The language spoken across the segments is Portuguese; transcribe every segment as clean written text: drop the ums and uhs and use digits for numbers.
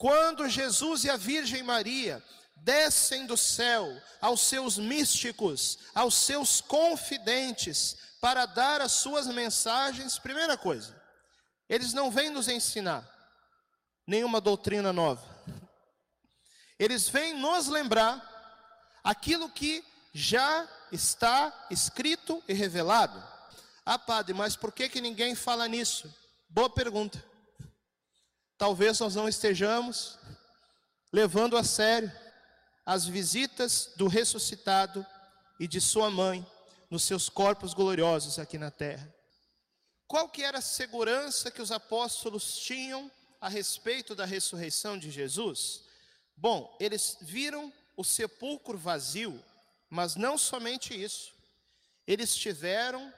Quando Jesus e a Virgem Maria descem do céu aos seus místicos, aos seus confidentes, para dar as suas mensagens, primeira coisa, eles não vêm nos ensinar nenhuma doutrina nova. Eles vêm nos lembrar aquilo que já está escrito e revelado. Ah, padre, mas por que ninguém fala nisso? Boa pergunta. Talvez nós não estejamos levando a sério as visitas do ressuscitado e de sua mãe nos seus corpos gloriosos aqui na terra. Qual que era a segurança que os apóstolos tinham a respeito da ressurreição de Jesus? Bom, eles viram o sepulcro vazio, mas não somente isso. Eles tiveram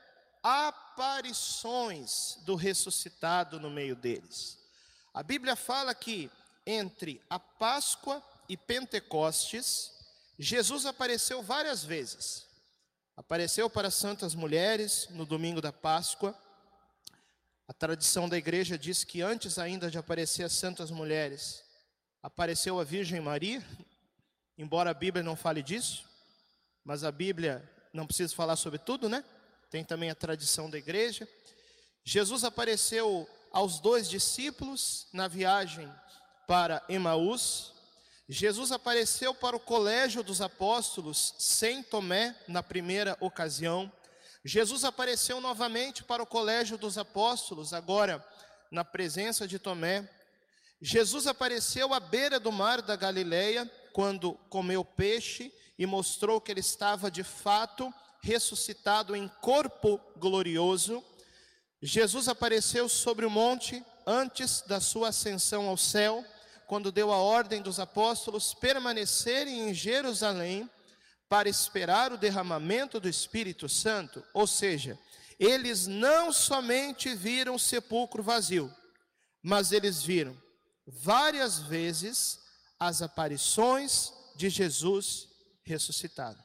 aparições do ressuscitado no meio deles. A Bíblia fala que entre a Páscoa e Pentecostes, Jesus apareceu várias vezes. Apareceu para santas mulheres no domingo da Páscoa. A tradição da igreja diz que antes ainda de aparecer as santas mulheres, apareceu a Virgem Maria, embora a Bíblia não fale disso, mas a Bíblia não precisa falar sobre tudo, né? Tem também a tradição da igreja. Jesus apareceu aos 2 discípulos na viagem para Emaús. Jesus apareceu para o colégio dos apóstolos sem Tomé na primeira ocasião. Jesus apareceu novamente para o colégio dos apóstolos, agora na presença de Tomé. Jesus apareceu à beira do mar da Galileia, quando comeu peixe e mostrou que ele estava de fato ressuscitado em corpo glorioso. Jesus apareceu sobre o monte antes da sua ascensão ao céu, quando deu a ordem dos apóstolos permanecerem em Jerusalém para esperar o derramamento do Espírito Santo. Ou seja, eles não somente viram o sepulcro vazio, mas eles viram várias vezes as aparições de Jesus ressuscitado.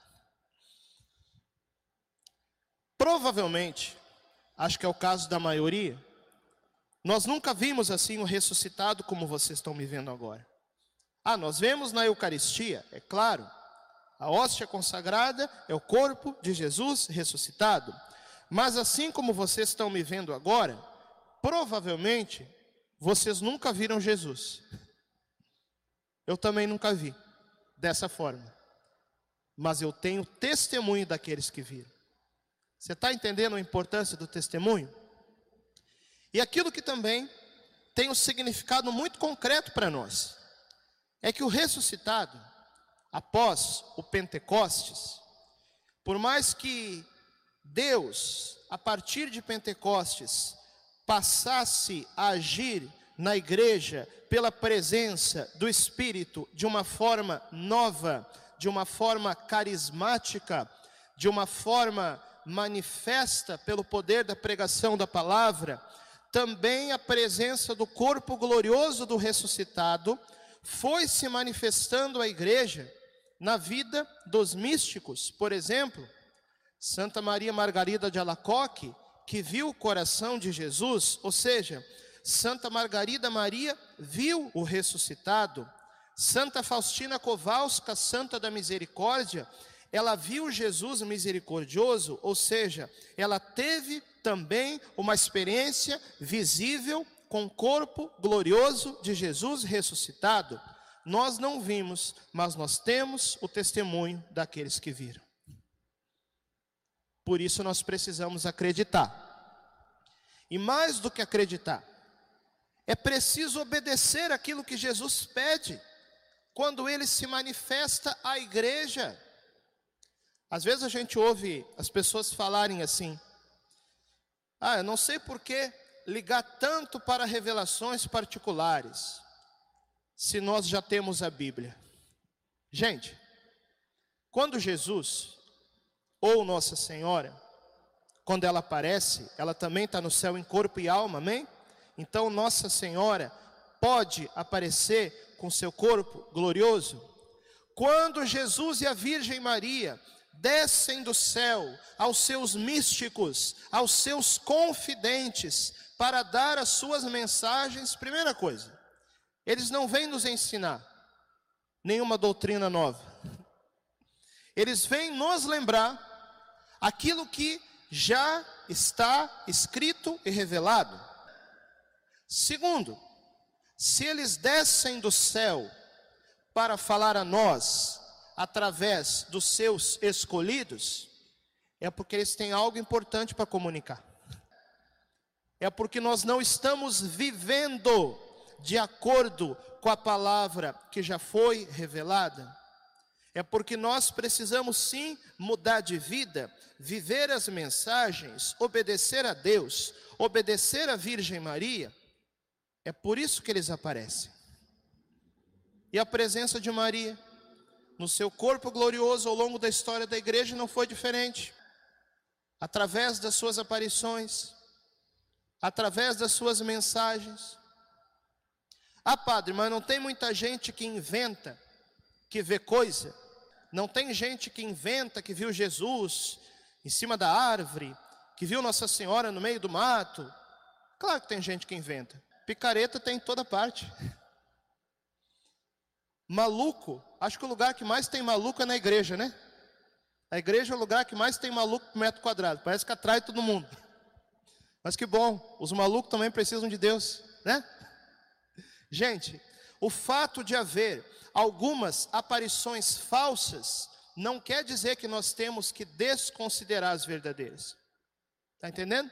Provavelmente, acho que é o caso da maioria, nós nunca vimos assim o ressuscitado como vocês estão me vendo agora. Ah, nós vemos na Eucaristia, é claro. A hóstia consagrada é o corpo de Jesus ressuscitado. Mas assim como vocês estão me vendo agora, provavelmente vocês nunca viram Jesus. Eu também nunca vi dessa forma. Mas eu tenho testemunho daqueles que viram. Você está entendendo a importância do testemunho? E aquilo que também tem um significado muito concreto para nós, é que o ressuscitado, após o Pentecostes, por mais que Deus, a partir de Pentecostes, passasse a agir na igreja pela presença do Espírito de uma forma nova, de uma forma carismática, de uma forma manifesta pelo poder da pregação da palavra, também a presença do corpo glorioso do ressuscitado foi se manifestando à igreja na vida dos místicos. Por exemplo, Santa Maria Margarida de Alacoque, que viu o coração de Jesus, ou seja, Santa Margarida Maria viu o ressuscitado. Santa Faustina Kowalska, Santa da Misericórdia, ela viu Jesus misericordioso, ou seja, ela teve também uma experiência visível com o corpo glorioso de Jesus ressuscitado. Nós não vimos, mas nós temos o testemunho daqueles que viram. Por isso nós precisamos acreditar. E mais do que acreditar, é preciso obedecer aquilo que Jesus pede quando ele se manifesta à igreja. Às vezes a gente ouve as pessoas falarem assim: ah, eu não sei por que ligar tanto para revelações particulares, se nós já temos a Bíblia. Gente, quando Jesus, ou Nossa Senhora, quando ela aparece, ela também está no céu em corpo e alma, amém? Então Nossa Senhora pode aparecer com seu corpo glorioso. Quando Jesus e a Virgem Maria descem do céu aos seus místicos, aos seus confidentes, para dar as suas mensagens, primeira coisa, Eles não vêm nos ensinar nenhuma doutrina nova. Eles vêm nos lembrar aquilo que já está escrito e revelado. Segundo, se eles descem do céu para falar a nós através dos seus escolhidos, é porque eles têm algo importante para comunicar. É porque nós não estamos vivendo de acordo com a palavra que já foi revelada. É porque nós precisamos sim mudar de vida, viver as mensagens, obedecer a Deus, obedecer à Virgem Maria. É por isso que eles aparecem. E a presença de Maria no seu corpo glorioso ao longo da história da igreja não foi diferente. Através das suas aparições, através das suas mensagens. Ah, padre, mas não tem muita gente que inventa, que vê coisa? Não tem gente que inventa que viu Jesus em cima da árvore, que viu Nossa Senhora no meio do mato? Claro que tem gente que inventa. Picareta tem em toda parte. Maluco, acho que o lugar que mais tem maluco é na igreja, né? A igreja é o lugar que mais tem maluco por metro quadrado. Parece que atrai todo mundo. Mas que bom, os malucos também precisam de Deus, né? Gente, o fato de haver algumas aparições falsas não quer dizer que nós temos que desconsiderar as verdadeiras. Está entendendo?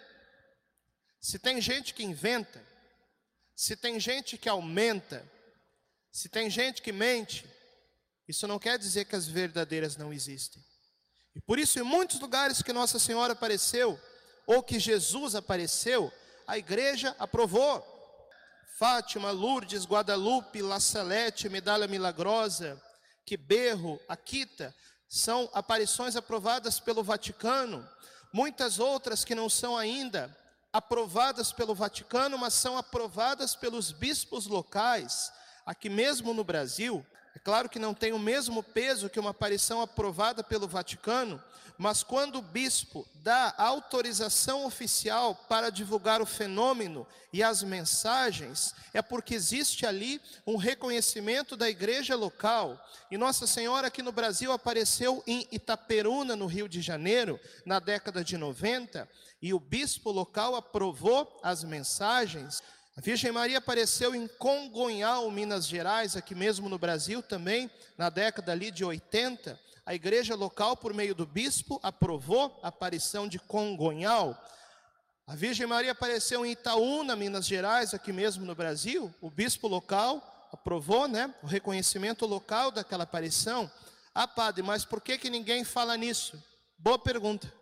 Se tem gente que inventa, se tem gente que aumenta, se tem gente que mente, isso não quer dizer que as verdadeiras não existem. E por isso, em muitos lugares que Nossa Senhora apareceu, ou que Jesus apareceu, a igreja aprovou. Fátima, Lourdes, Guadalupe, La Salete, Medalha Milagrosa, Quiberro, Akita, são aparições aprovadas pelo Vaticano. Muitas outras que não são ainda aprovadas pelo Vaticano, mas são aprovadas pelos bispos locais, aqui mesmo no Brasil. É claro que não tem o mesmo peso que uma aparição aprovada pelo Vaticano, mas quando o bispo dá autorização oficial para divulgar o fenômeno e as mensagens, é porque existe ali um reconhecimento da igreja local. E Nossa Senhora aqui no Brasil apareceu em Itaperuna, no Rio de Janeiro, na década de 90, e o bispo local aprovou as mensagens. A Virgem Maria apareceu em Congonhal, Minas Gerais, aqui mesmo no Brasil também, na década ali de 80. A igreja local, por meio do bispo, aprovou a aparição de Congonhal. A Virgem Maria apareceu em Itaúna, Minas Gerais, aqui mesmo no Brasil. O bispo local aprovou, o reconhecimento local daquela aparição. Ah, padre, mas por que ninguém fala nisso? Boa pergunta.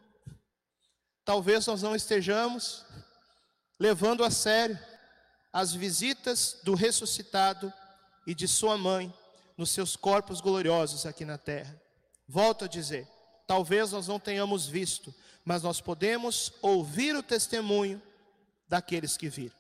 Talvez nós não estejamos levando a sério as visitas do ressuscitado e de sua mãe nos seus corpos gloriosos aqui na terra. Volto a dizer, talvez nós não tenhamos visto, mas nós podemos ouvir o testemunho daqueles que viram.